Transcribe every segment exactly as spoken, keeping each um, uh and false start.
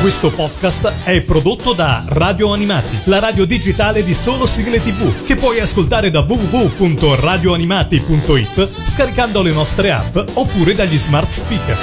Questo podcast è prodotto da Radio Animati, la radio digitale di solo sigle tivù, che puoi ascoltare da w w w punto radio animati punto i t scaricando le nostre app oppure dagli smart speaker.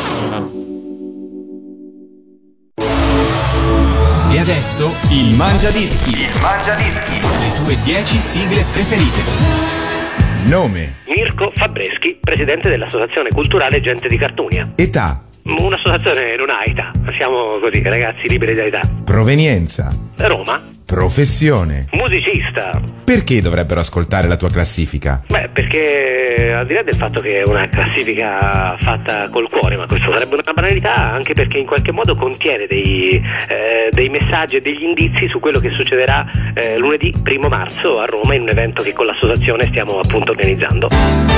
E adesso il Mangiadischi. Il Mangiadischi. Le tue dieci sigle preferite. Nome: Mirko Fabreschi, presidente dell'Associazione Culturale Gente di Cartunia. età: Un'associazione non ha età, siamo così, ragazzi liberi da età. provenienza: Roma. professione: Musicista. perché dovrebbero ascoltare la tua classifica? Beh, perché al di là del fatto che è una classifica fatta col cuore, ma questo sarebbe una banalità, anche perché in qualche modo contiene dei, eh, dei messaggi e degli indizi su quello che succederà eh, lunedì primo marzo a Roma in un evento che con l'associazione stiamo appunto organizzando.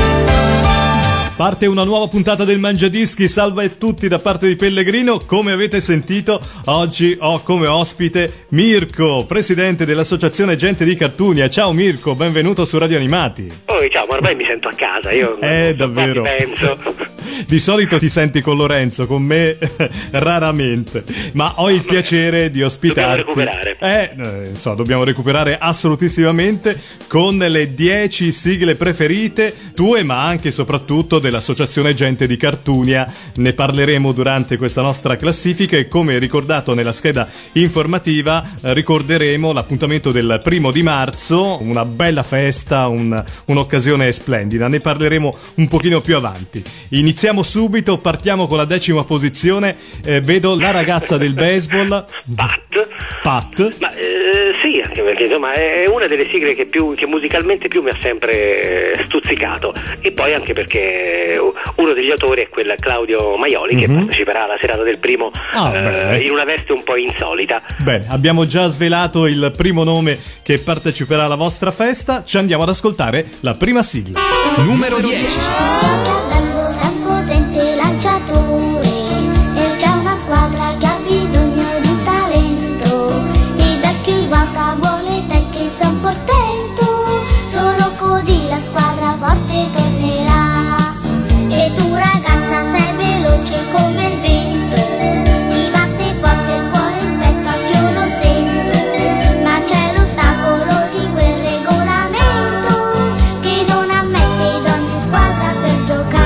Parte una nuova puntata del Mangiadischi, salve a tutti da parte di Pellegrino. Come avete sentito, oggi ho come ospite Mirko, presidente dell'Associazione Gente di Cartunia. Ciao Mirko, benvenuto su Radio Animati. Oh, ciao, ma ormai mi sento a casa, io Eh, non so davvero. quanti penso. Di solito ti senti con Lorenzo, con me raramente, ma ho il piacere di ospitarti. Dobbiamo recuperare. Eh, eh, so, dobbiamo recuperare assolutissimamente con le dieci sigle preferite tue, ma anche e soprattutto dell'Associazione Gente di Cartunia. Ne parleremo durante questa nostra classifica e, come ricordato nella scheda informativa, eh, ricorderemo l'appuntamento del primo di marzo, una bella festa, un, un'occasione splendida. Ne parleremo un pochino più avanti. Iniziamo subito, partiamo con la decima posizione. Eh, vedo la ragazza del baseball, Pat. Pat. Ma eh, sì, anche perché insomma è una delle sigle che più che musicalmente più mi ha sempre stuzzicato, e poi anche perché uno degli autori è quel Claudio Maioli, mm-hmm, che parteciperà alla serata del primo ah, eh, in una veste un po' insolita. Bene, abbiamo già svelato il primo nome che parteciperà alla vostra festa. Ci andiamo ad ascoltare la prima sigla. Numero dieci. Lanciatore, e c'è una squadra che ha bisogno di un talento. Il vecchio Iwata vuole te che sei un portento. Solo così la squadra forte tornerà. E tu ragazza sei veloce come il vento. Ti batte forte il cuore, il petto anch'io lo sento. Ma c'è l'ostacolo di quel regolamento che non ammette ad ogni squadra per giocare.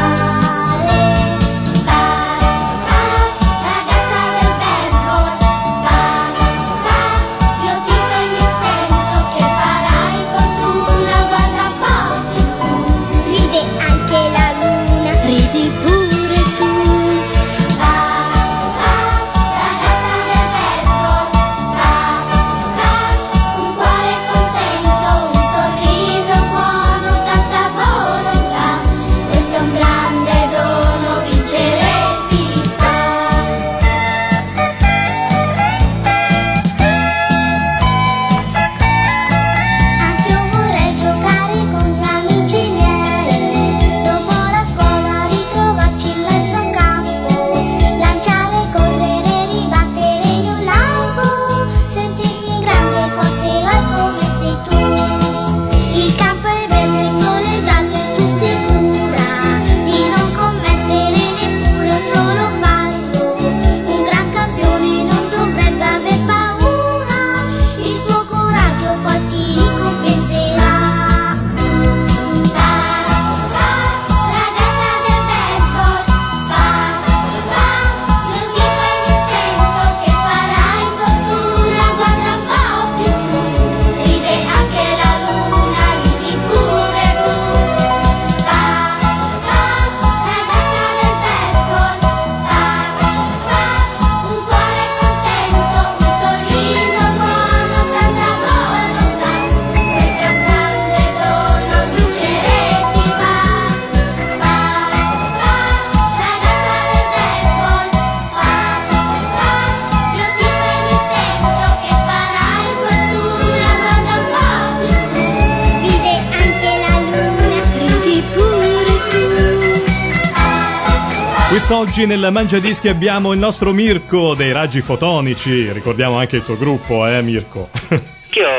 Quest'oggi nel Mangiadischi abbiamo il nostro Mirko dei Raggi Fotonici. Ricordiamo anche il tuo gruppo, eh Mirko? Io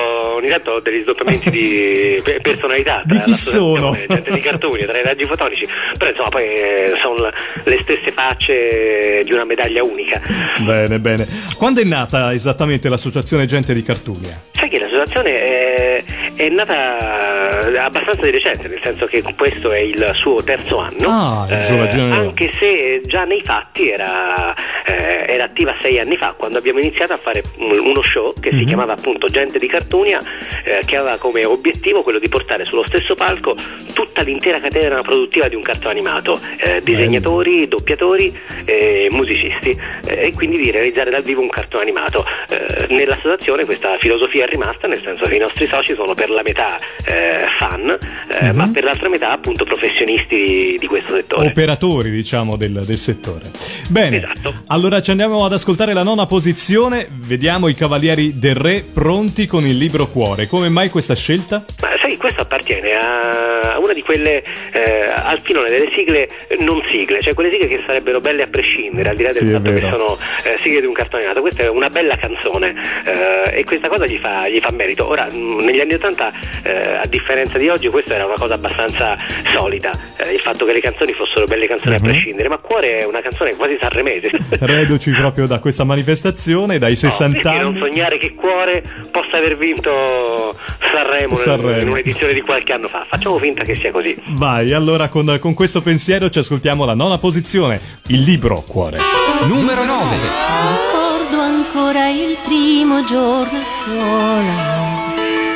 ogni tanto ho degli sdoppiamenti di pe- personalità Di tra chi sono? gente di cartoni, tra i raggi fotonici, però insomma poi eh, sono le stesse facce di una medaglia unica. Bene, bene. Quando è nata esattamente l'associazione Gente di Cartunia? Sai che l'associazione è, è nata abbastanza di recente, nel senso che questo è il suo terzo anno, Ah, il eh, giovane- anche se già nei fatti era, eh, era attiva sei anni fa, quando abbiamo iniziato a fare uno show che si chiamava appunto Gente di Cartunia, eh, che aveva come obiettivo quello di portare sullo stesso palco tutta l'intera catena produttiva di un cartone animato, eh, disegnatori, doppiatori, eh, musicisti, eh, e quindi di realizzare dal vivo un cartone animato. Eh, nell'associazione questa filosofia è rimasta, nel senso che i nostri soci sono per la metà eh, fan, eh, Mhm. ma per l'altra metà appunto professionisti di, di questo settore. Operatori, diciamo, del, del settore. Bene, Esatto. allora ci andiamo ad ascoltare la nona posizione. Vediamo i Cavalieri del Re pronti con il libro Cuore. Come mai questa scelta? Ma sai, questo appartiene a una di quelle eh, al filone delle sigle non sigle, cioè quelle sigle che sarebbero belle a prescindere, al di là del Sì, è fatto che vero. sono eh, sigle di un cartone animato. Questa è una bella canzone, eh, e questa cosa gli fa, gli fa merito. Ora, mh, negli anni ottanta, eh, a differenza di oggi, questa era una cosa abbastanza solita, eh, il fatto che le canzoni fossero belle canzoni Mhm. a prescindere, ma Cuore è una canzone quasi sanremese. Reduci proprio da questa manifestazione, dai No, sessanta perché non anni. sognare che Cuore possa aver vinto Sanremo, Sanremo. in un'edizione di qualche anno fa? Facciamo finta che sia così. Vai, allora con, con questo pensiero ci ascoltiamo la nona posizione, il libro Cuore. Numero nove. Ricordo ancora il primo giorno a scuola,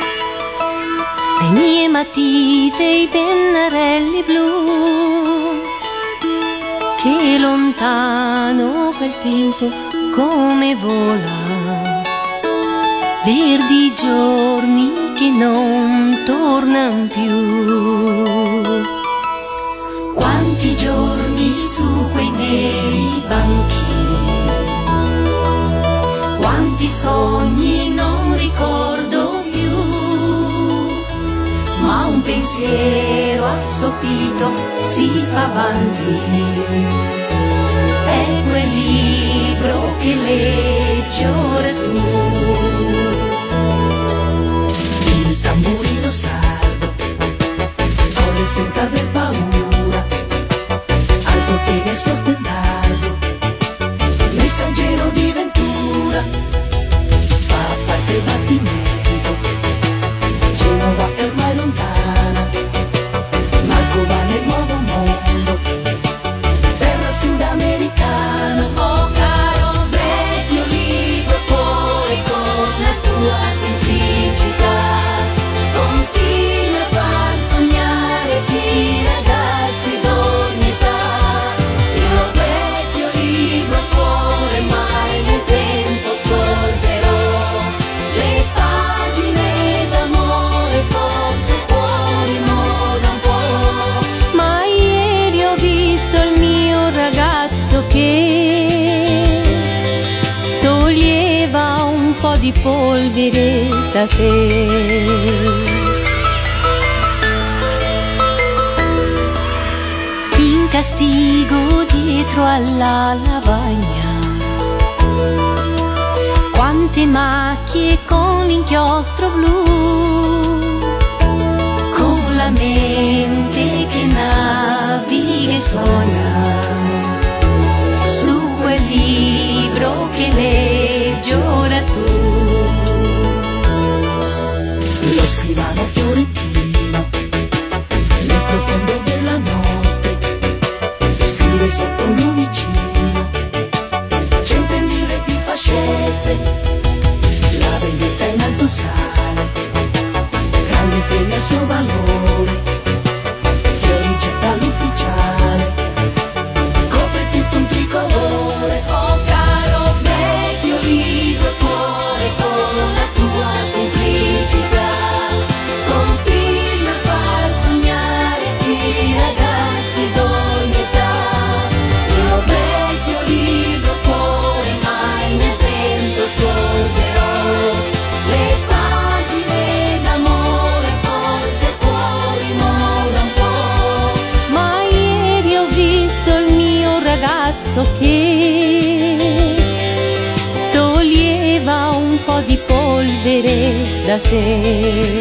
le mie matite, i pennarelli blu, che lontano quel tempo come vola, verdi giorni che non tornano più. Quanti giorni su quei neri banchi, quanti sogni non ricordo più, ma un pensiero assopito si fa avanti, è quel libro che leggi ora tu. Il tamburino sardo corre senza aver paura, alto tiene il suo stendardo, messaggero di ventura, fa parte il bastimento, Genova è ormai lontana, Marco va nel nuovo mondo, terra sudamericana. Oh caro vecchio libro cuore, con la tua semplicità continua a far sognare chi ragazzi d'ogni età. Io vecchio libro cuore, mai nel tempo scorderò le pagine d'amore, forse fuori moda un po'. Ma ieri ho visto il mio ragazzo che toglieva un po' di polvere da te. In castigo dietro alla lavagna, quante macchie con l'inchiostro blu, con la mente che naviga e sogna, su quel libro che leggi ora tu. Lo scrivano fiorentino, nel profondo della notte, scrive sotto un lumicino, centemila più fascette, la vendetta in alto sale, grande pegna il suo valore, fiori getta l'ufficiale, copre tutto un tricolore. Oh caro vecchio libro cuore, con la tua semplicità continua a far sognare i ragazzi d'ogni età. Io vecchio libro cuore, mai nel tempo scorderò le pagine d'amore, forse fuori moda un po'. Ma ieri ho visto il mio ragazzo che toglieva un po' di polvere togliere da te.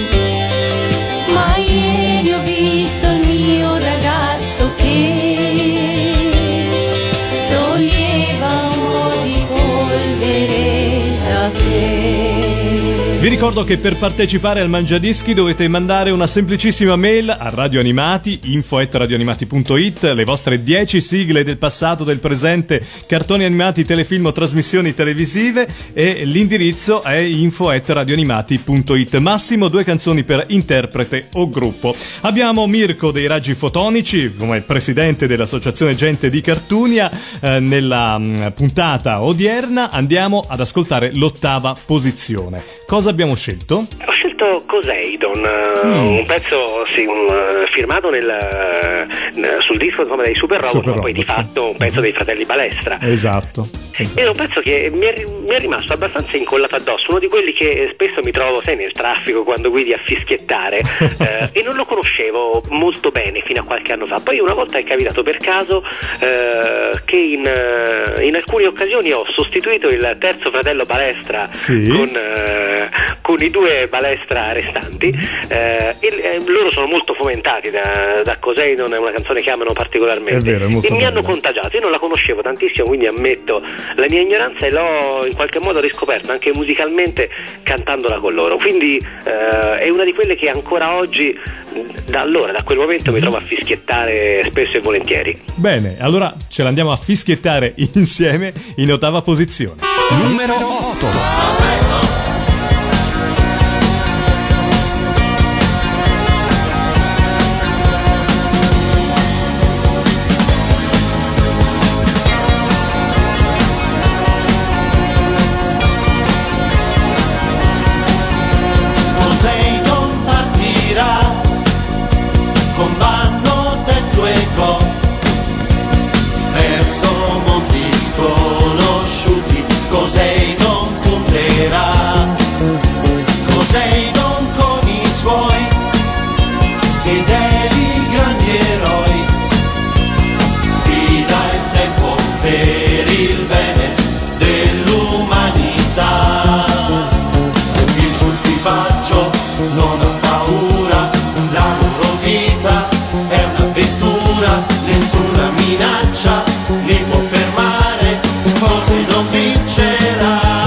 Ma ieri ho visto il mio ragazzo che toglieva un po' di polvere da te. Vi ricordo che per partecipare al Mangiadischi dovete mandare una semplicissima mail a Radio Animati, info at radioanimati punto it, le vostre dieci sigle del passato, del presente, cartoni animati, telefilm o trasmissioni televisive, e l'indirizzo è info at radioanimati punto it. Massimo due canzoni per interprete o gruppo. Abbiamo Mirko dei Raggi Fotonici come presidente dell'associazione Gente di Cartunia. Eh, nella mh, puntata odierna andiamo ad ascoltare l'ottava posizione. Cosa abbiamo scelto? Ho scelto Coseidon, Mm. un pezzo sì, un, uh, firmato nel, uh, sul disco insomma, dei Super Robot, Super ma poi Robot, di fatto sì. un pezzo dei fratelli Balestra. Esatto. Ed è un pezzo che mi è, mi è rimasto abbastanza incollato addosso, uno di quelli che spesso mi trovo, sai, nel traffico quando guidi a fischiettare, eh, e non lo conoscevo molto bene fino a qualche anno fa. Poi una volta è capitato per caso eh, che in, uh, in alcune occasioni ho sostituito il terzo fratello Balestra Sì. con, uh, con i due Balestra restanti, eh, e eh, loro sono molto fomentati da, da Coseidon, è una canzone che amano particolarmente. È vero, è molto e mi bella. hanno contagiato, io non la conoscevo tantissimo, quindi ammetto la mia ignoranza e l'ho in qualche modo riscoperta anche musicalmente cantandola con loro, quindi eh, è una di quelle che ancora oggi, da allora, da quel momento, mi trovo a fischiettare spesso e volentieri. Bene, allora ce l'andiamo a fischiettare insieme in ottava posizione. Numero otto. Poseidon partirà con vanno terzo e go verso monti sconosciuti. Poseidon punterà, Poseidon con i suoi fedeli grandi eroi, sfida il tempo per il bene dell'umanità. Faccio, non ho paura, la loro vita è un'avventura, nessuna minaccia li può fermare, Poseidon vincerà.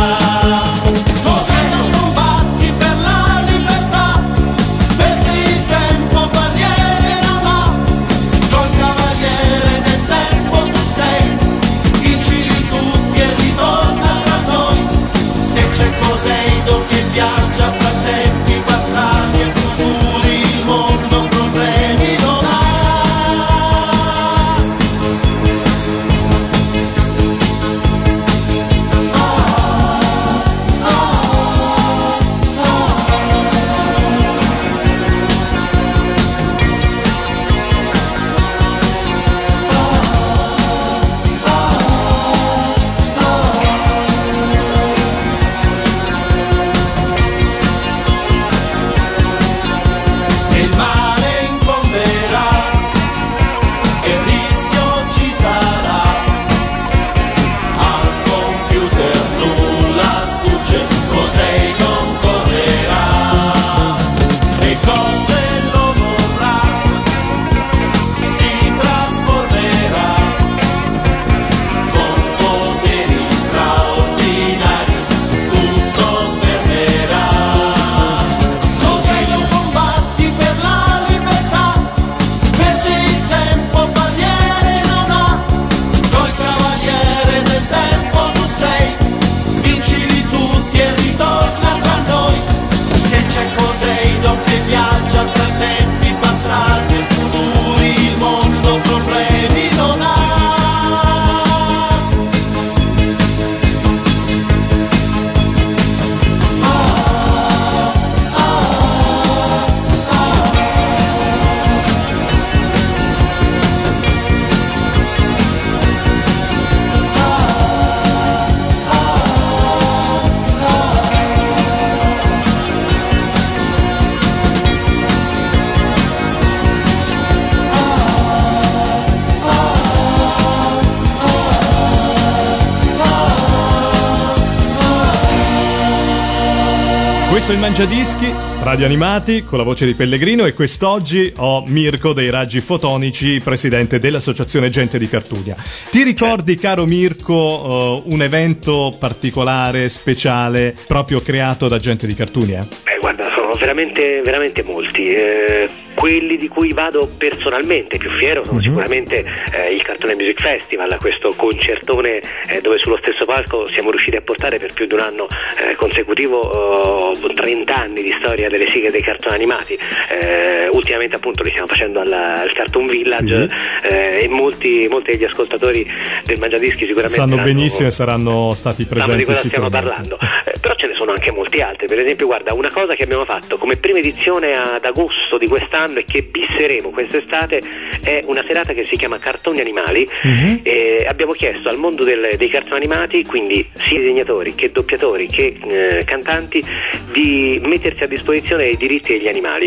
Questo è il Mangiadischi, Radio Animati, con la voce di Pellegrino, e quest'oggi ho Mirko dei Raggi Fotonici, presidente dell'Associazione Gente di Cartunia. Ti ricordi, caro Mirko, uh, un evento particolare, speciale, proprio creato da Gente di Cartunia? Beh, guarda, sono veramente, veramente molti. Eh, quelli di cui vado personalmente più fiero sono mm-hmm. sicuramente eh, il Cartoon Music Festival, questo concertone eh, dove sullo stesso palco siamo riusciti a portare per più di un anno eh, consecutivo oh, trenta anni di storia delle sigle dei cartoni animati. Eh, ultimamente appunto li stiamo facendo alla, al Cartoon Village, sì. eh, e molti, molti degli ascoltatori del Mangiadischi sicuramente sanno hanno, benissimo e saranno stati presenti di cosa stiamo parlando. Eh, però ce ne sono anche molti altri. Per esempio, guarda, una cosa che abbiamo fatto come prima edizione ad agosto di quest'anno e che bisseremo quest'estate è una serata che si chiama Cartoni Animali. Mm-hmm. E abbiamo chiesto al mondo del, dei cartoni animati, quindi sia disegnatori che doppiatori che eh, cantanti, di mettersi a disposizione dei diritti degli animali,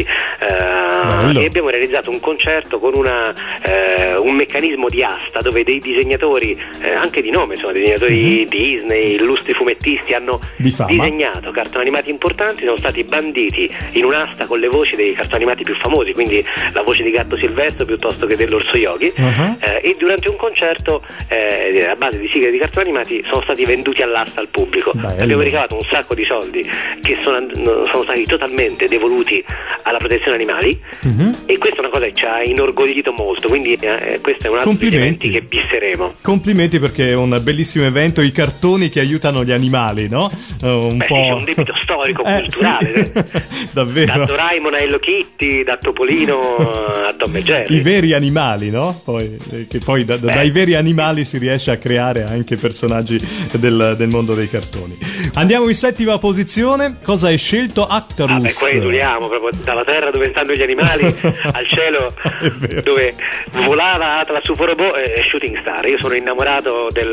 uh, e abbiamo realizzato un concerto con una, uh, un meccanismo di asta dove dei disegnatori, uh, anche di nome, insomma, disegnatori mm-hmm. Disney, illustri fumettisti, hanno di disegnato cartoni animati importanti, sono stati banditi in un'asta con le voci dei cartoni animati più famosi, quindi la voce di Gatto Silvestro piuttosto che dell'Orso Yogi, uh-huh. uh, e durante un concerto uh, a base di sigle di cartoni animati sono stati venduti all'asta al pubblico. Bello. Abbiamo ricavato un sacco di soldi che sono, sono stati totalmente devoluti alla protezione animali, uh-huh. e questa è una cosa che ci ha inorgoglito molto, quindi eh, questo è un altro degli eventi che bisseremo. Complimenti, perché è un bellissimo evento, i cartoni che aiutano gli animali, no? Uh, un Beh, po'... sì, c'è un debito storico, eh, culturale, sì. Davvero. Da Doraemon a Hello Kitty, da Topolino a Tom e Jerry. I veri animali, no? Poi, che poi da, da, dai veri animali si riesce a creare anche personaggi del, del mondo dei cartoni. Andiamo in settima posizione. Cosa hai scelto? Actarus. Ah, beh, qua esuliamo proprio dalla terra dove stanno gli animali al cielo dove volava Atlas U F O Robot, e Shooting Star. Io sono innamorato del,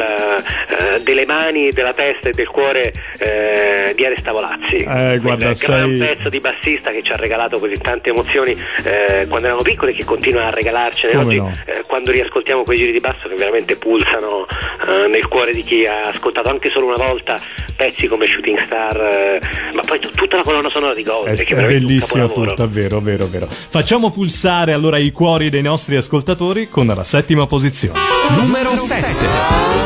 uh, delle mani, della testa e del cuore uh, di Ale Stavolazzi, eh, guarda, il sei... gran pezzo di bassista che ci ha regalato così tante emozioni uh, quando eravamo piccoli e che continua a regalarcene Come oggi, no? uh, quando riascoltiamo quei giri di basso che veramente pulsano uh, nel cuore di chi ha ascoltato anche solo una volta pezzi come Shooting Star, uh, ma poi t- tutta la colonna sonora di Gold, è, che è veramente bellissimo un capolavoro. tutto, vero, vero, vero. Facciamo pulsare allora i cuori dei nostri ascoltatori con la settima posizione. Numero sette.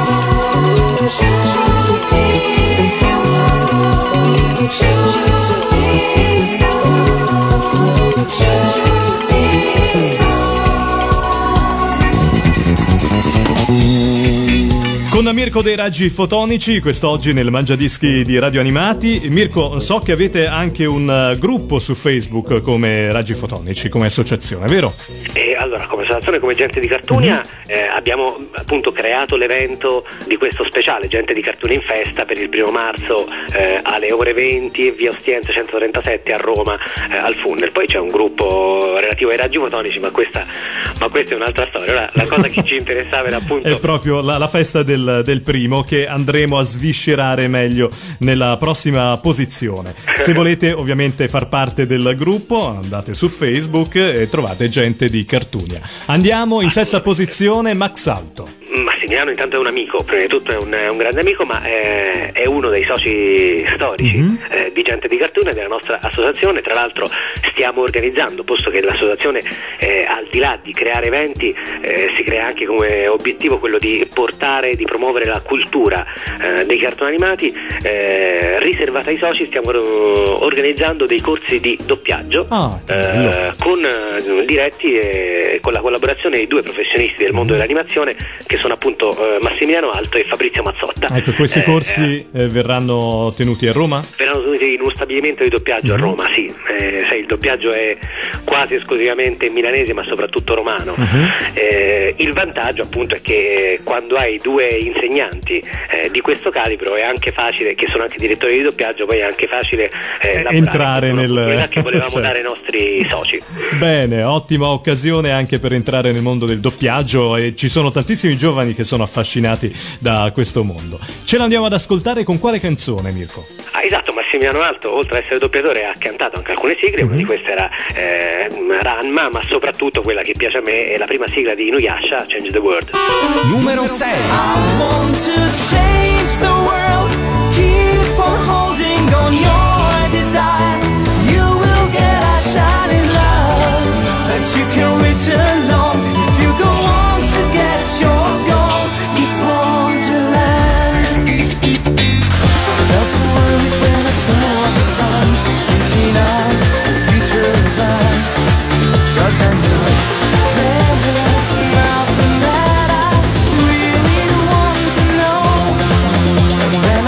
Shoot, shoot, shoot, shoot, shoot, shoot, shoot. Mirko dei Raggi Fotonici, quest'oggi nel Mangiadischi di Radio Animati. Mirko, so che avete anche un uh, gruppo su Facebook come Raggi Fotonici, come associazione, vero? E allora, come associazione, come Gente di Cartunia, mm-hmm. eh, abbiamo appunto creato l'evento di questo speciale Gente di Cartunia in Festa per il primo marzo eh, alle ore venti, via Ostiense centotrentasette a Roma, eh, al Funnel. Poi c'è un gruppo relativo ai Raggi Fotonici, ma questa, ma questa è un'altra storia. Ora, la cosa che ci interessava era appunto è proprio la, la festa del, del primo, che andremo a sviscerare meglio nella prossima posizione. Se volete ovviamente far parte del gruppo, andate su Facebook e trovate Gente di Cartunia. Andiamo in sesta posizione, Max Alto. Massimiliano intanto è un amico, prima di tutto è un, è un grande amico, ma è, è uno dei soci storici mm-hmm. eh, di Gente di Cartunia, della nostra associazione. Tra l'altro stiamo organizzando, posto che l'associazione eh, al di là di creare eventi eh, si crea anche come obiettivo quello di portare, di promuovere la cultura eh, dei cartoni animati, eh, riservata ai soci. Stiamo organizzando dei corsi di doppiaggio ah, eh, con eh, diretti e con la collaborazione di due professionisti del mondo dell'animazione, che sono appunto eh, Massimiliano Alto e Fabrizio Mazzotta. Ecco, questi eh, corsi eh, verranno tenuti a Roma? Verranno tenuti in uno stabilimento di doppiaggio mm-hmm. a Roma, sì. Eh, sai, il doppiaggio è quasi esclusivamente milanese, ma soprattutto romano. Mm-hmm. Eh, il vantaggio appunto è che quando hai due insegnanti eh, di questo calibro è anche facile, che sono anche direttori di doppiaggio, poi è anche facile eh, entrare nel quella che volevamo cioè. dare ai nostri soci. Bene, ottima occasione anche per entrare nel mondo del doppiaggio, e ci sono tantissimi giovani che sono affascinati da questo mondo. Ce l'andiamo ad ascoltare con quale canzone, Mirko? Ah, esatto, Massimiliano Alto, oltre ad essere doppiatore, ha cantato anche alcune sigle. Mm-hmm. Una di queste era eh, Ranma, ma soprattutto quella che piace a me è la prima sigla di Inuyasha, Change the World. Numero sei. I want to change the world, keep on holding on your desire. You will get a shining love that you can reach alone. If you go on to get your goal, it's Wonderland. Felt so worried when I spent all the time thinking of the future of us, 'cause I know there's nothing that I really want to know. And then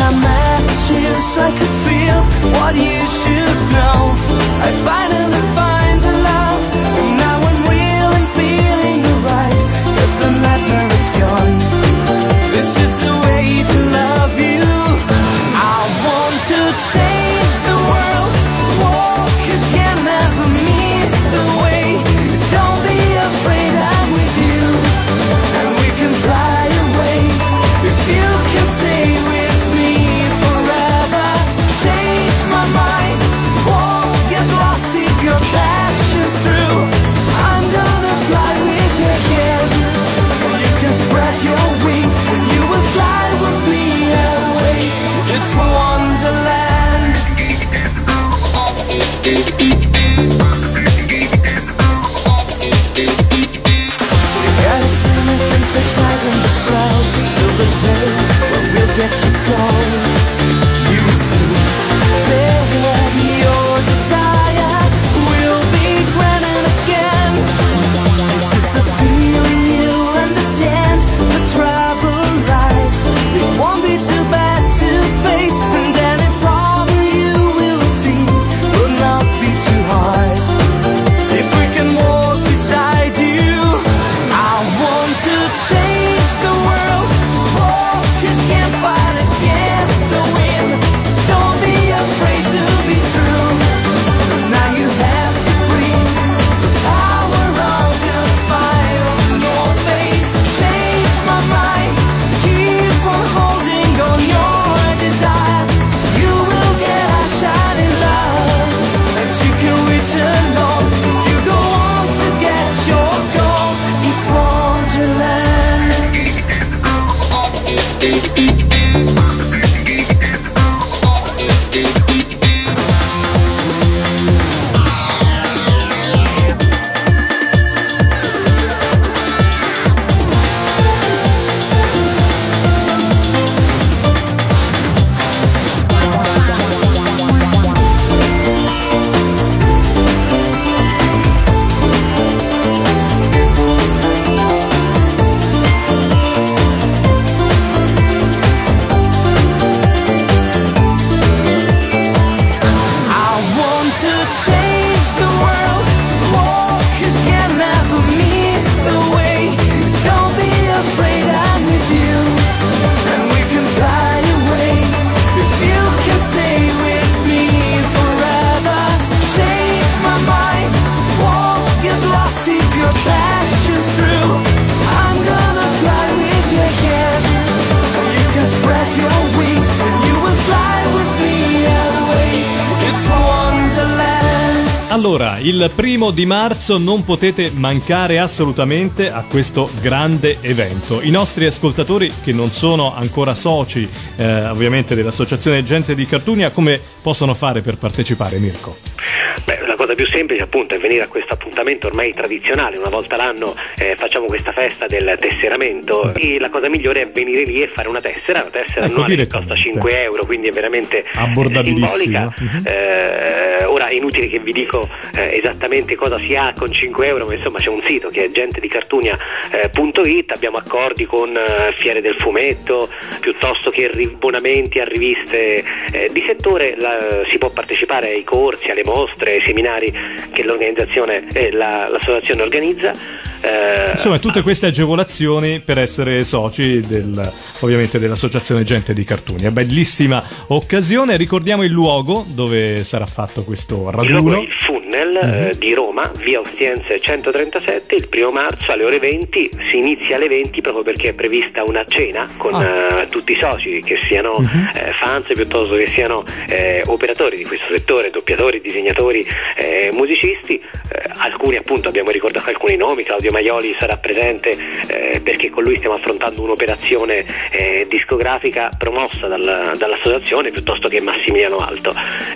Allora, il primo di marzo non potete mancare assolutamente a questo grande evento. I nostri ascoltatori che non sono ancora soci, eh, ovviamente, dell'Associazione Gente di Cartunia, come possono fare per partecipare, Mirko? Beh, la cosa più semplice appunto è venire a questo appuntamento ormai tradizionale, una volta l'anno eh, facciamo questa festa del tesseramento e la cosa migliore è venire lì e fare una tessera, una tessera ecco, annuale che costa cinque euro, quindi è veramente abbordabilissima. simbolica. Uh-huh. Eh, ora è inutile che vi dico eh, esattamente cosa si ha con cinque euro, ma insomma c'è un sito che è gente di cartunia punto it, abbiamo accordi con eh, fiere del fumetto, piuttosto che abbonamenti a riviste eh, di settore, la, si può partecipare ai corsi, alle mostre, ai seminari che l'organizzazione eh, la, l'associazione organizza. Eh, Insomma, tutte queste agevolazioni per essere soci del, ovviamente dell'Associazione Gente di Cartunia. Bellissima occasione. Ricordiamo il luogo dove sarà fatto questo raduno. Il luogo è il Funnel mm-hmm. eh, di Roma, via Ostiense centotrentasette, il primo marzo alle ore venti. Si inizia alle venti proprio perché è prevista una cena con ah. eh, tutti i soci, che siano mm-hmm. eh, fans piuttosto che siano eh, operatori di questo settore, doppiatori, disegnatori, eh, musicisti. Eh, alcuni appunto abbiamo ricordato alcuni nomi. Claudio Maioli sarà presente eh, perché con lui stiamo affrontando un'operazione eh, discografica promossa dal, dall'associazione, piuttosto che Massimiliano Alto.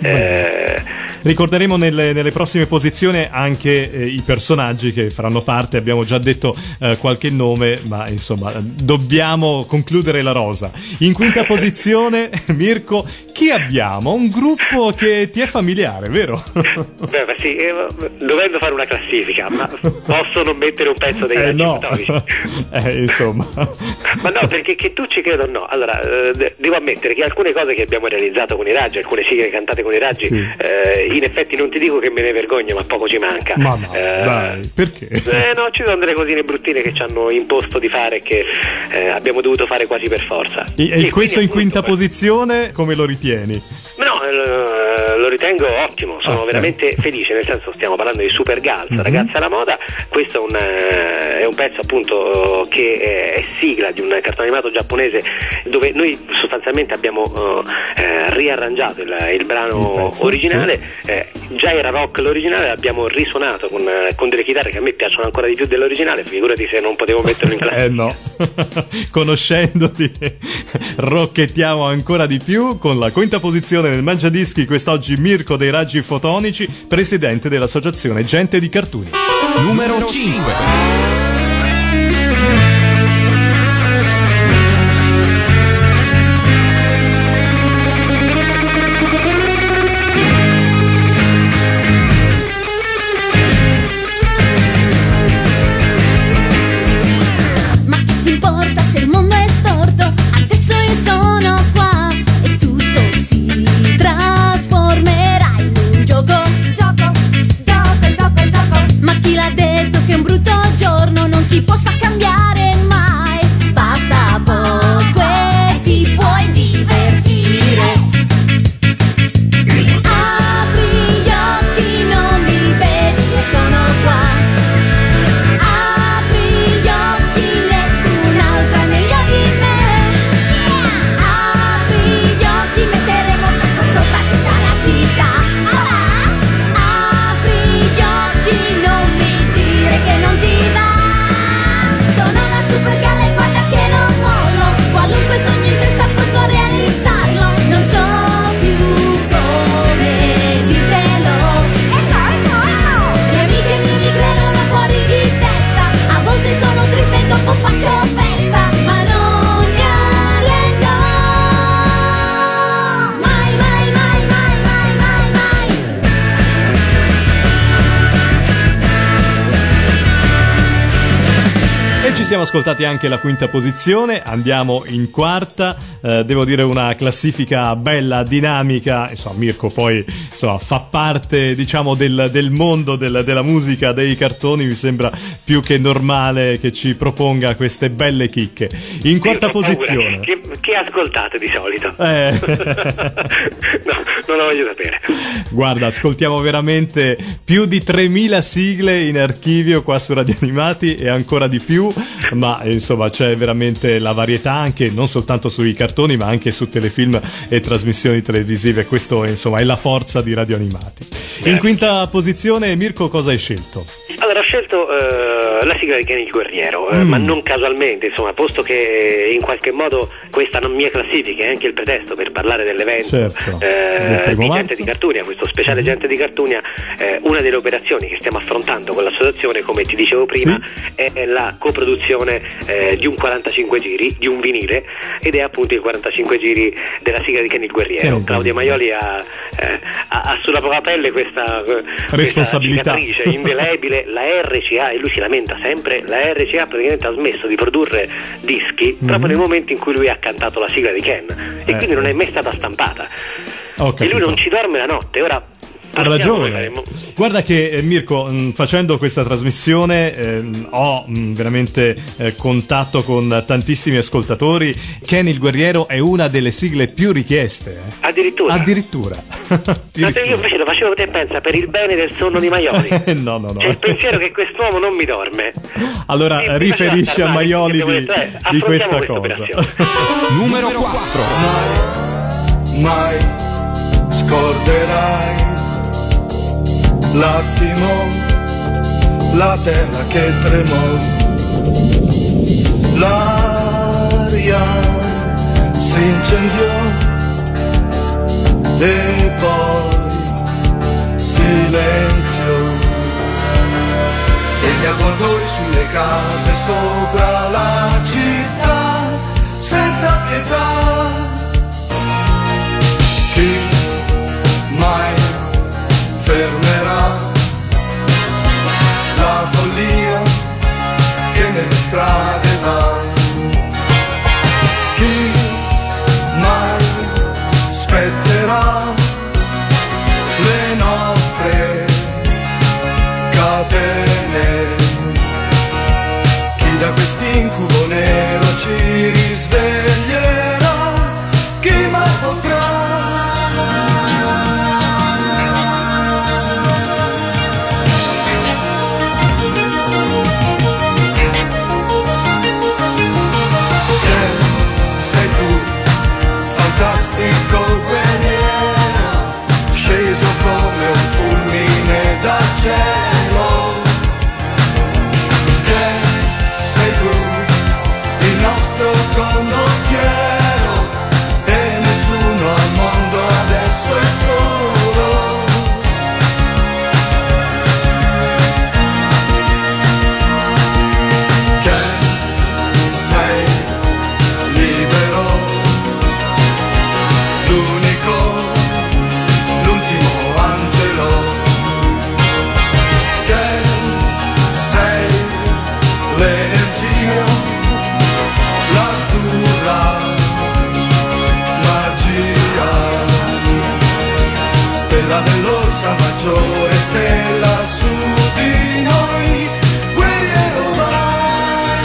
Eh, Ricorderemo nelle, nelle prossime posizioni anche eh, i personaggi che faranno parte. Abbiamo già detto eh, qualche nome, ma insomma dobbiamo concludere la rosa. In quinta posizione, Mirko, chi abbiamo? Un gruppo che ti è familiare, vero? Beh, beh sì, eh, dovendo fare una classifica, ma posso non mettere un pezzo dei eh, Raggi no. Fotonici? eh, insomma. Ma no, perché che tu ci credo o no. Allora, eh, devo ammettere che alcune cose che abbiamo realizzato con i Raggi, alcune sigle cantate con i Raggi, sì. eh, in effetti non ti dico che me ne vergogno, ma poco ci manca. Ma no, eh, dai, perché? Eh, no, ci sono delle cosine bruttine che ci hanno imposto di fare e che eh, abbiamo dovuto fare quasi per forza. E, e, e questo in appunto, quinta beh, posizione come lo ritieni? No, eh, lo ritengo ottimo, sono ah, veramente eh. felice, nel senso stiamo parlando di Super Girls, mm-hmm. ragazza alla moda. Questo è un, eh, è un pezzo appunto che è, è sigla di un cartone animato giapponese dove noi sostanzialmente abbiamo eh, riarrangiato il, il brano il pezzo, originale, sì. eh, già era rock l'originale, l'abbiamo risuonato con, con delle chitarre che a me piacciono ancora di più dell'originale, figurati se non potevo metterlo in classe. Eh no, conoscendoti rocchettiamo ancora di più. Con la quinta posizione nel Mangiadischi quest'oggi Mirko dei Raggi Fotonici, presidente dell'Associazione Gente di Cartunia. Numero cinque. Si possa cambiare mai, basta poco e ti puoi divertire. Apri gli occhi, non mi vedi, io sono qua. Apri gli occhi, nessun'altra è meglio di me. Apri gli occhi, metteremo sotto sopra tutta la città. Apri gli occhi, non mi dire che non ti va. Supergale, guarda che non mollo, qualunque sogno in testa posso realizzarlo. Non so più come dirtelo. E no, e no, e no. Le amiche mie mi credono fuori di testa. A volte sono triste e dopo faccio festa, ma non mi arrendo. Mai, mai, mai, mai, mai, mai, mai. E ci siamo ascoltati anche la quinta posizione, andiamo in quarta, eh, devo dire una classifica bella, dinamica, insomma Mirko poi insomma, fa parte diciamo del, del mondo del, della musica, dei cartoni, mi sembra più che normale che ci proponga queste belle chicche. In quarta sì, posizione. Che, che ascoltate di solito? Eh. No, non lo voglio sapere. Guarda, ascoltiamo veramente più di tremila sigle in archivio qua su Radio Animati e ancora di più, ma insomma c'è veramente la varietà anche non soltanto sui cartoni ma anche su telefilm e trasmissioni televisive. Questo insomma è la forza di Radio Animati. In quinta posizione, Mirko, cosa hai scelto? Allora, ho scelto uh, la sigla di Kenny il Guerriero, mm. uh, ma non casualmente, insomma, posto che in qualche modo questa non mia classifica è anche il pretesto per parlare dell'evento certo. uh, di Gente di Cartunia, questo speciale Gente di Cartunia. Uh, una delle operazioni che stiamo affrontando con l'associazione, come ti dicevo prima, sì. è la coproduzione uh, di un quarantacinque giri, di un vinile, ed è appunto il quarantacinque giri della sigla di Kenny il Guerriero. Kenny. Claudia Maioli ha, eh, ha, ha sulla propria pelle questa, responsabilità questa cicatrice indelebile. La R C A, e lui si lamenta sempre, la R C A praticamente ha smesso di produrre dischi mm-hmm. proprio nel momento in cui lui ha cantato la sigla di Ken, e eh. quindi non è mai stata stampata. E lui non ci dorme la notte. Ora ha ragione. Guarda che eh, Mirko, mh, facendo questa trasmissione eh, ho mh, veramente eh, contatto con tantissimi ascoltatori. Ken il Guerriero è una delle sigle più richieste. Eh. Addirittura. Addirittura. Addirittura. Io invece lo facevo, te pensa, per il bene del sonno di Maioli. no, no, no. C'è il pensiero che quest'uomo non mi dorme. Allora e riferisci a Maioli di, eh, di questa cosa. Numero quattro. Mai, mai scorderai l'attimo, la terra che tremò, l'aria si incendiò e poi silenzio, e gli avvoltoi sulle case sopra la città senza pietà. Chi mai fermerà la follia che nelle strade va? Chi mai spezzerà le nostre catene? Chi da quest'incubo nero ci risveglierà? Chi mai potrà? Dell'Orsa Maggiore, stella su di noi, guerriero vai.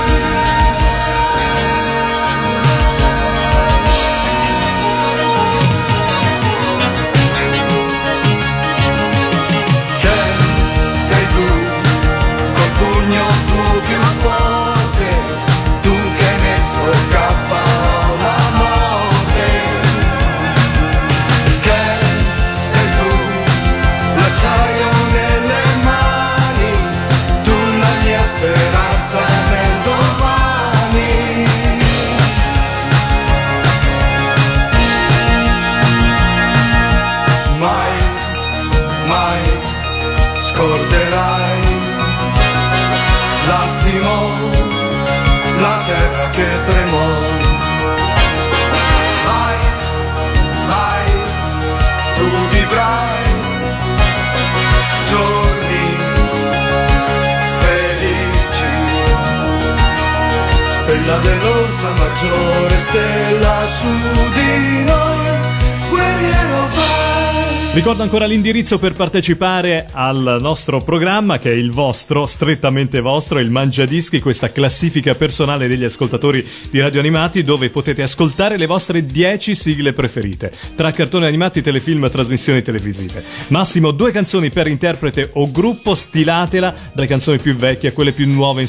Che sei tu, col pugno tu più forte, tu che hai messo K la morte. Che l'acciaio nelle mani, tu la mia speranza nel domani. Mai, mai scorderai l'attimo, la terra che tremò. Mai, mai tu vivrai giorni felici, stella dell'Orsa Maggiore, stella su di noi, guerriero vai. Ricordo ancora l'indirizzo per partecipare al nostro programma, che è il vostro, strettamente vostro, il Mangiadischi, questa classifica personale degli ascoltatori di Radio Animati, dove potete ascoltare le vostre dieci sigle preferite, tra cartoni animati, telefilm, trasmissioni televisive. Massimo due canzoni per interprete o gruppo, stilatela dalle canzoni più vecchie a quelle più nuove, insomma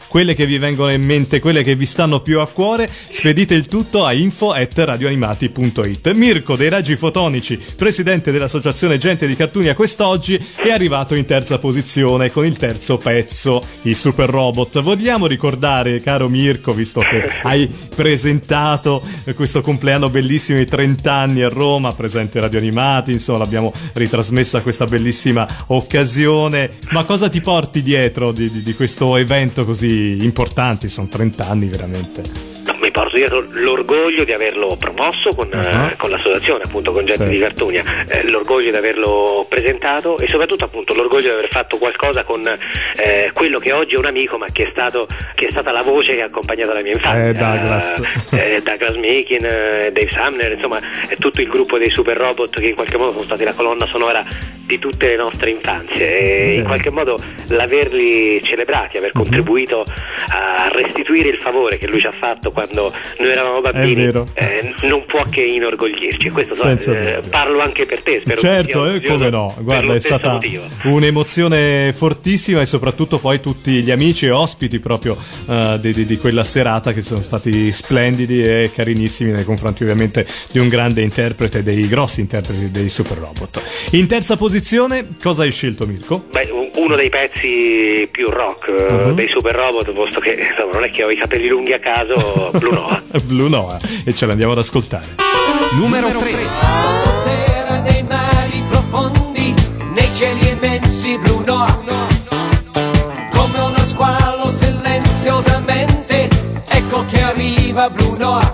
quelle che vi vengono in mente, quelle che vi stanno più a cuore. Spedite il tutto a info at radioanimati punto it. Mirko dei Raggi Fotonici, presidente dell'associazione Gente di Cartunia, quest'oggi è arrivato in terza posizione con il terzo pezzo, il Super Robot. Vogliamo ricordare, caro Mirko, visto che hai presentato questo compleanno bellissimo, i trenta anni a Roma, presente Radio Animati, insomma l'abbiamo ritrasmessa questa bellissima occasione, ma cosa ti porti dietro di, di, di questo evento così importante? Sono trenta anni veramente. Mi porto dietro l'orgoglio di averlo promosso con, uh-huh. eh, con l'associazione, appunto con Gente sì. di Cartunia, eh, l'orgoglio di averlo presentato e soprattutto appunto l'orgoglio di aver fatto qualcosa con eh, quello che oggi è un amico, ma che è stato che è stata la voce che ha accompagnato la mia infanzia, eh, Douglas, eh, Douglas Meekin, eh, Dave Sumner, insomma è tutto il gruppo dei Super Robot che in qualche modo sono stati la colonna sonora di tutte le nostre infanzie e in qualche modo l'averli celebrati, aver contribuito a restituire il favore che lui ci ha fatto quando noi eravamo bambini, eh, non può che inorgoglirci. Questo so, eh, parlo anche per te, spero. Certo, eh, come no, guarda, è stata motivo. un'emozione fortissima e soprattutto poi tutti gli amici e ospiti proprio uh, di, di, di quella serata che sono stati splendidi e carinissimi nei confronti ovviamente di un grande interprete, dei grossi interpreti dei Super Robot. In terza posizione cosa hai scelto, Mirko? Beh, uno dei pezzi più rock uh-huh. dei Super Robot, posto che insomma, non è che ho i capelli lunghi a caso. Blue Noah. Blue Noah, e ce l'andiamo ad ascoltare. Numero tre. Terra nei mari profondi, nei cieli immensi, Blue Noah. Come uno squalo silenziosamente, ecco che arriva Blue Noah.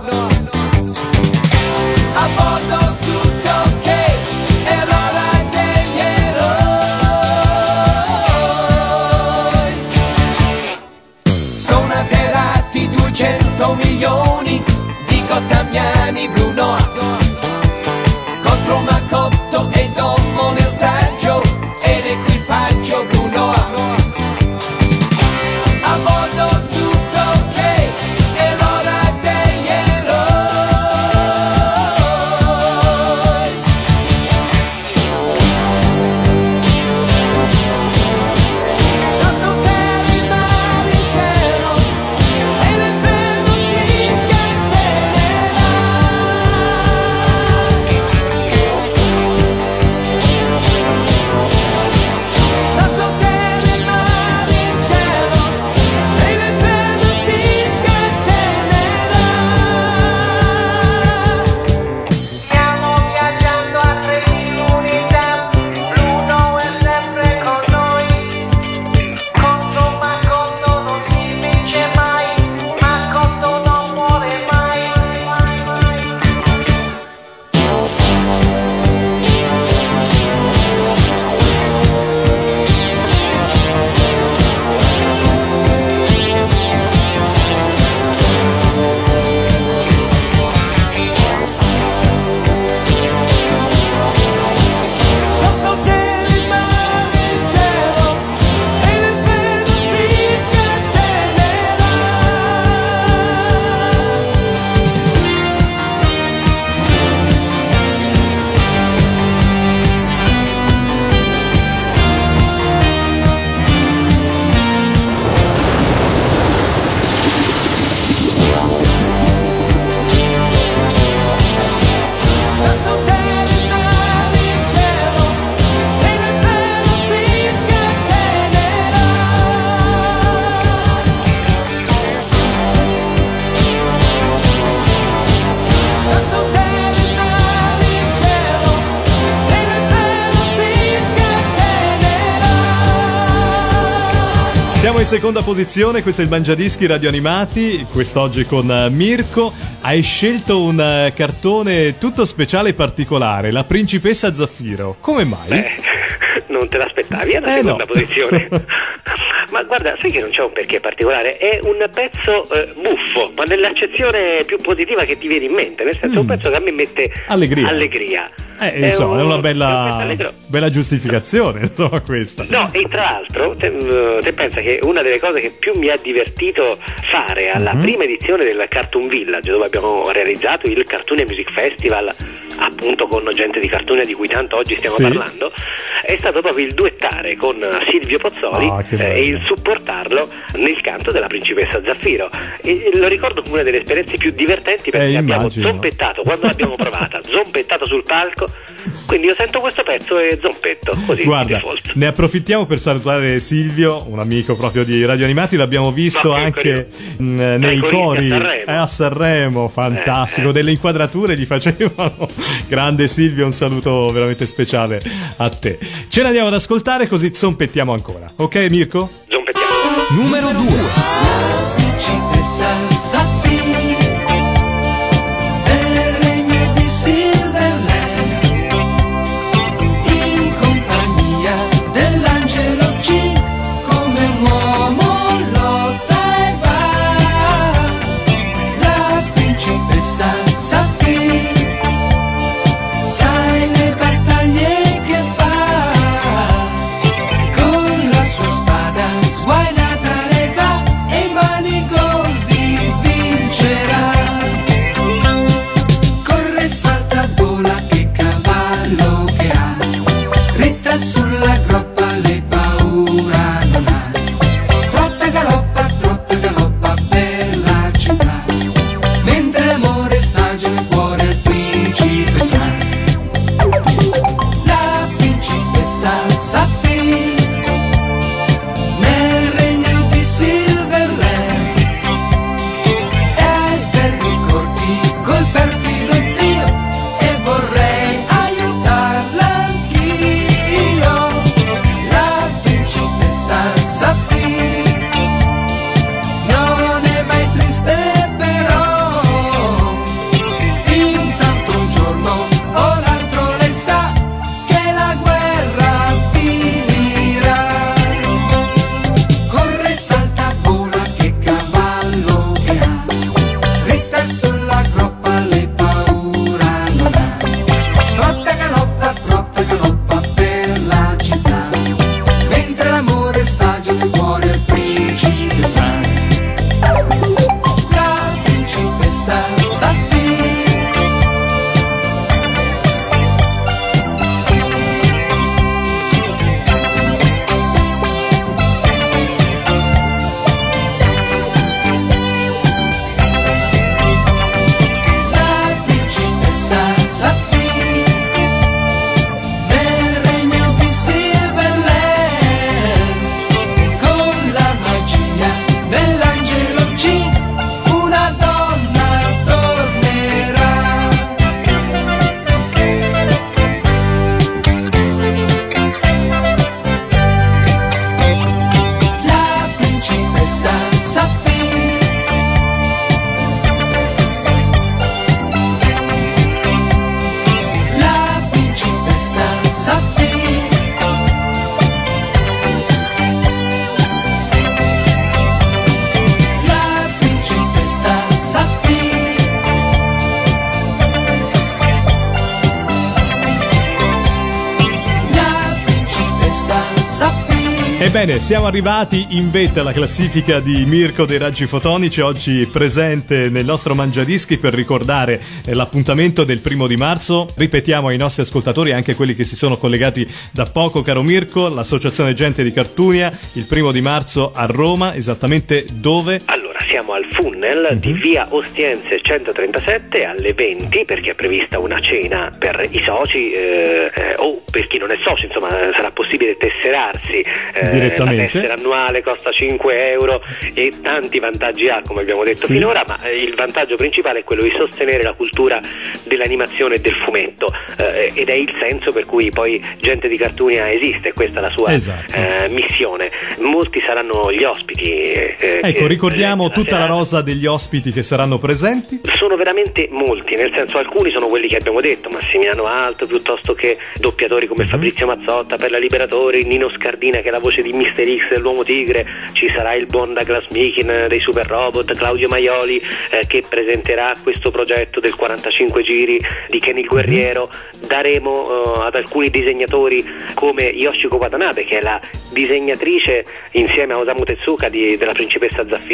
A bordo tutto ok, è l'ora degli eroi. Sono atterrati duecento milioni di gottamiani Blue Noah, contro Macotto e Dommo nel saggio e l'equipaggio Blue Noah. A bordo tutto ok, è l'ora degli eroi. Sotto terra il mare in cielo e l'inferno si scatenerà. Sotto terra il mare in cielo e l'inferno si scatenerà. Stiamo viaggiando a tre unità, Blue Noah è sempre con noi. Contro Macotto non si vince mai, Macotto non muore mai. Sotto terra il mare in cielo e l'inferno si scatenerà. Sotto terra il mare in cielo e l'inferno si scatenerà. Sotto terra il mare in cielo e l'inferno si scatenerà. Siamo in seconda posizione, questo è il Mangiadischi Radio Animati, quest'oggi con eh, Mirko. Hai scelto un eh, cartone tutto speciale e particolare, La Principessa Zaffiro. Come mai? Beh, non te l'aspettavi alla Eh, seconda no. posizione. Ma guarda, sai che non c'è un perché particolare, è un pezzo eh, buffo, ma nell'accezione più positiva che ti viene in mente, nel senso è un pezzo che a me mette Allegria. allegria. Eh, insomma, è, un- una è un pezzo bella, allegro. bella giustificazione, insomma, questa. No, e tra l'altro, te, te pensa che una delle cose che più mi ha divertito fare alla Mhm. prima edizione del Cartoon Village, dove abbiamo realizzato il Cartoon Music Festival appunto con Gente di Cartunia, di cui tanto oggi stiamo sì. parlando, è stato proprio il duettare con Silvio Pozzoli ah, eh, e il supportarlo nel canto della Principessa Zaffiro, e lo ricordo come una delle esperienze più divertenti, perché eh, abbiamo immagino. zompettato quando l'abbiamo provata, zompettato sul palco, quindi io sento questo pezzo e zompetto così. Guarda, ne approfittiamo per salutare Silvio, un amico proprio di Radio Animati, l'abbiamo visto no, anche mh, nei cori a Sanremo. Eh, a Sanremo, fantastico, eh, eh. delle inquadrature gli facevano. Grande Silvio, un saluto veramente speciale a te. Ce l'andiamo ad ascoltare così zompettiamo ancora, ok Mirko? Zompettiamo. Numero due. Principessa Zaffiro del regno di Silverland, in compagnia dell'angelo Cink, come un uomo lotta e va. La principessa Zaffiro, sai le battaglie che fa, con la sua spada sguainata ne va e mani goldi vincerà. Corre, salta, vola, che cavallo che ha, ritta sulla groppa le paura non ha. Trotta, galoppa, trotta, galoppa per la città, mentre l'amore stagio nel cuore al principe fa. La principessa Zaffiro nel regno di Silverland e ai ferri corti col perfido zio, e vorrei aiutarla anch'io. La principessa Zaffiro non è mai triste però, intanto un giorno o l'altro lei sa che la guerra finirà. Corre, salta, vola, che cavallo che ha, ritta sulla groppa le paura non ha. Trotta, galoppa, trotta, galoppa per la città, mentre l'amore stagio nel cuore al principe fa. La principessa Zaffiro La principessa Zaffiro nel regno di Silverland, con la magia dell'angelo Cink, una donna tornerà. La principessa Zaffiro La principessa Zaffiro La principessa Zaffiro La principessa Zaffiro. Ebbene, siamo arrivati in vetta alla classifica di Mirko dei Raggi Fotonici, oggi presente nel nostro Mangiadischi per ricordare eh, l'appuntamento del primo di marzo. Ripetiamo ai nostri ascoltatori, anche quelli che si sono collegati da poco, caro Mirko, l'Associazione Gente di Cartunia, il primo di marzo a Roma, esattamente dove? Allora, siamo al Funnel di via Ostiense centotrentasette alle venti, perché è prevista una cena per i soci eh, eh, o per chi non è socio, insomma sarà possibile tesserarsi. Eh, Direttamente. La tessera annuale costa cinque euro e tanti vantaggi ha, come abbiamo detto Sì. finora, ma eh, il vantaggio principale è quello di sostenere la cultura dell'animazione e del fumetto, eh, ed è il senso per cui poi Gente di Cartunia esiste, questa è la sua Esatto. eh, missione. Molti saranno gli ospiti. eh, Ecco, che- ricordiamo la tutta la serata. rosa degli ospiti che saranno presenti. Sono veramente molti, nel senso alcuni sono quelli che abbiamo detto, Massimiliano Alto, piuttosto che doppiatori come Fabrizio Mazzotta per la Liberatori, Nino Scardina che è la voce di mister X dell'Uomo Tigre, ci sarà il buon Douglas Mikin dei Super Robot, Claudio Maioli eh, che presenterà questo progetto del quarantacinque giri di Ken il Guerriero, daremo eh, ad alcuni disegnatori come Yoshiko Watanabe che è la disegnatrice insieme a Osamu Tezuka di, della Principessa Zaffiro, piuttosto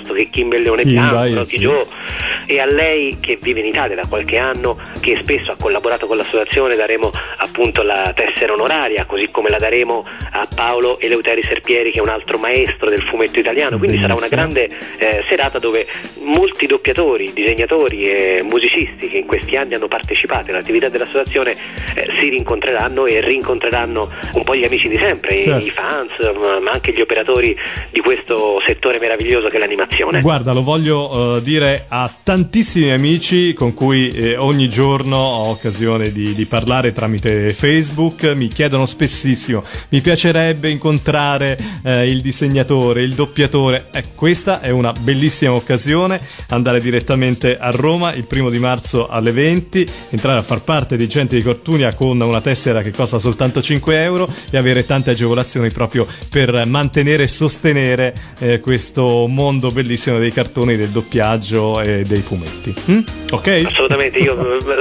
piuttosto che Kimba il Leone Kimba, Bianco, io, Rocky sì. Joe. E a lei, che vive in Italia da qualche anno, che spesso ha collaborato con l'associazione, daremo appunto la tessera onoraria, così come la daremo a Paolo Eleuteri Serpieri, che è un altro maestro del fumetto italiano. Quindi sarà una grande eh, serata dove molti doppiatori, disegnatori e musicisti che in questi anni hanno partecipato all'attività dell'associazione eh, si rincontreranno e rincontreranno un po' gli amici di sempre, Certo. i fans, ma, ma anche gli operatori di questo settore meraviglioso che è l'animazione. Guarda, lo voglio uh, dire a tantissimi amici con cui eh, ogni giorno ho occasione di, di parlare tramite Facebook. Mi chiedono spessissimo: mi piacerebbe incontrare eh, il disegnatore, il doppiatore. Eh, questa è una bellissima occasione, andare direttamente a Roma il primo di marzo alle venti, entrare a far parte di Gente di Cartunia con una tessera che costa soltanto cinque euro e avere tante agevolazioni proprio per mantenere e sostenere eh, questo mondo bellissimo dei cartoni, del doppiaggio e dei fumetti. Mm? Ok? Assolutamente, io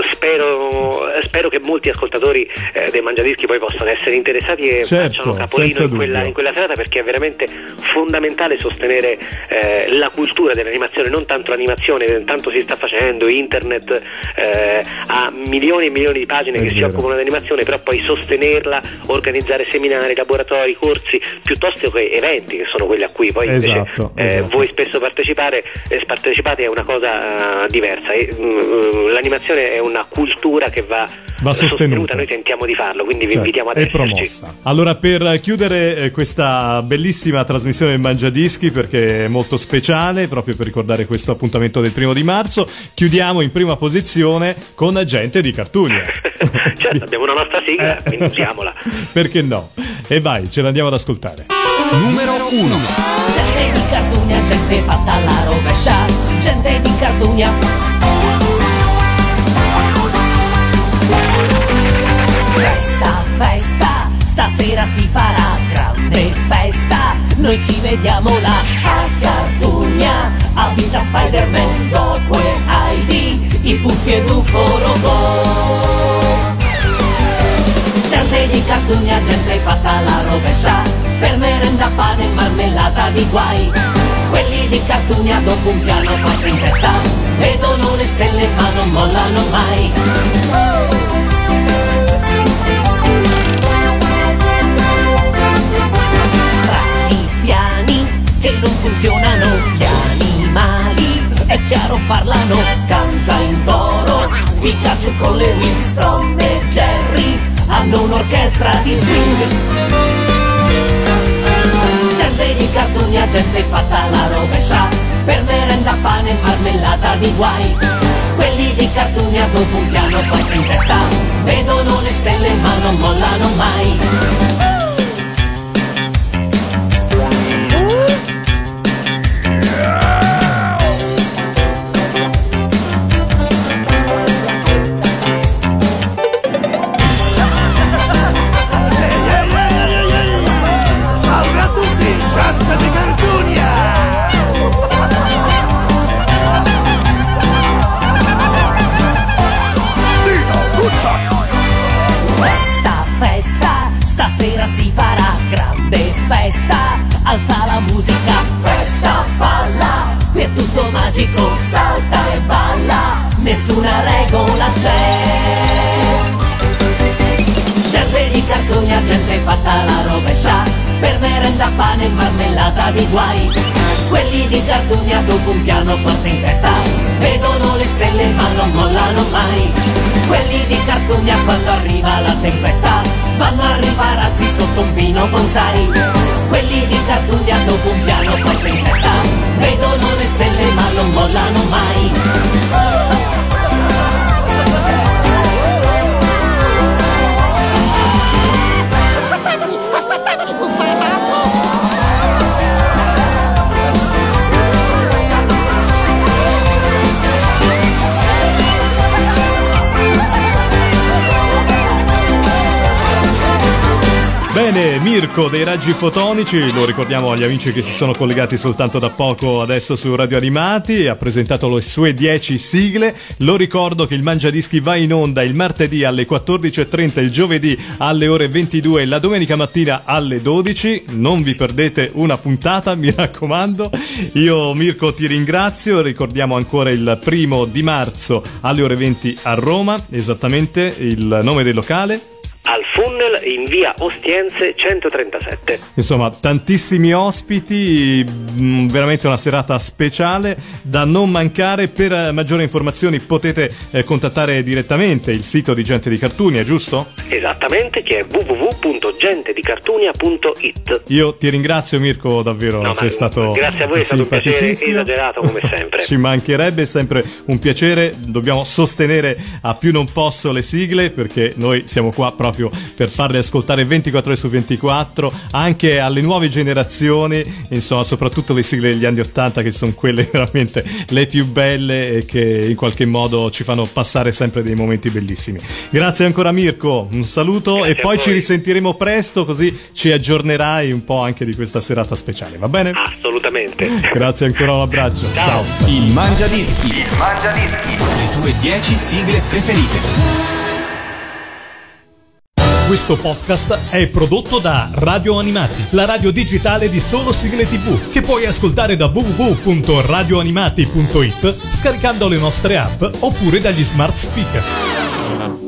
spero, spero che molti ascoltatori eh, dei Mangiadischi poi possano essere interessati e Certo, facciano capolino senza in quella, dubbio. in quella serata, perché è veramente fondamentale sostenere eh, la cultura dell'animazione, non tanto l'animazione, tanto si sta facendo, internet eh, ha milioni e milioni di pagine È che si vero. occupano di animazione, però poi sostenerla, organizzare seminari, laboratori, corsi, piuttosto che eventi, che sono quelli a cui poi invece Esatto, eh, esatto. voi spesso partecipare, eh, partecipate è una cosa uh, diversa. E, mm, l'animazione è una cultura che va, Va sostenuta. noi tentiamo di farlo, quindi vi Certo, invitiamo ad è esserci. promossa. Allora, per chiudere eh, questa bellissima trasmissione del Mangiadischi, perché è molto speciale, proprio per ricordare questo appuntamento del primo di marzo, chiudiamo in prima posizione con Gente di Cartunia. Certo, abbiamo una nostra sigla, quindi usiamola. Perché no? E vai, ce l'andiamo ad ascoltare. Numero uno. Gente di Cartunia, gente fatta alla rovescia, gente di Cartunia. Festa, festa, stasera si farà grande festa, noi ci vediamo là a Cartunia, abita Spider-Man, Doc e Heidi, i Puffi ed Ufo Robot. Gente di Cartunia, gente fatta alla rovescia, per merenda pane e marmellata di guai. Quelli di Cartunia dopo un piano fatto in testa, vedono le stelle ma non mollano mai. Strani piani che non funzionano, gli animali è chiaro parlano, canta in coro Pikachu con le Wings, Tom e Jerry hanno un'orchestra di swing. Gente di Cartunia, gente fatta alla rovescia, per merenda pane e marmellata di guai. Quelli di Cartunia dopo un piano fatto in testa, vedono le stelle ma non mollano mai. Salve a tutti, gente di Cartunia! Dino, Cuccia! Festa, festa, stasera si farà grande festa, alza la musica, festa, balla, qui è tutto magico, salta e balla, nessuna regola c'è. Gente di Cartunia, gente fatta alla rovescia, per merenda pane e marmellata di guai. Quelli di Cartunia dopo un piano forte in testa, vedono le stelle ma non mollano mai. Quelli di Cartunia quando arriva la tempesta, vanno a ripararsi sotto un pino bonsai. Quelli di Cartunia dopo un piano forte in testa, vedono le stelle ma non mollano mai. Aspettatevi, aspettatevi, buffare banco! Bene, Mirko dei Raggi Fotonici, lo ricordiamo agli amici che si sono collegati soltanto da poco adesso su Radio Animati, ha presentato le sue dieci sigle. Lo ricordo che il Mangiadischi va in onda il martedì alle quattordici e trenta, il giovedì alle ore ventidue e la domenica mattina alle dodici. Non vi perdete una puntata, mi raccomando. Io, Mirko, ti ringrazio. Ricordiamo ancora il primo di marzo alle ore venti a Roma, esattamente il nome del locale. Al Funnel in via Ostiense centotrentasette. Insomma, tantissimi ospiti, mh, veramente una serata speciale da non mancare. Per maggiori informazioni potete eh, contattare direttamente il sito di Gente di Cartunia, giusto? Esattamente, che è w w w punto gente di cartunia punto i t. Io ti ringrazio, Mirko, davvero, no, sei stato grazie a voi, è stato un piacere esagerato come sempre. Ci mancherebbe, è sempre un piacere. Dobbiamo sostenere a più non posso le sigle, perché noi siamo qua proprio per farle ascoltare ventiquattro ore su ventiquattro anche alle nuove generazioni, insomma, soprattutto le sigle degli anni ottanta, che sono quelle veramente le più belle e che in qualche modo ci fanno passare sempre dei momenti bellissimi. Grazie ancora, Mirko, un saluto. Grazie, e poi ci risentiremo presto, così ci aggiornerai un po' anche di questa serata speciale, va bene? Assolutamente. Grazie ancora, un abbraccio. Ciao. Ciao. Il Mangiadischi. Il Mangiadischi. Le tue dieci sigle preferite. Questo podcast è prodotto da Radio Animati, la radio digitale di solo sigle tivù, che puoi ascoltare da w w w punto radioanimati punto i t scaricando le nostre app oppure dagli smart speaker.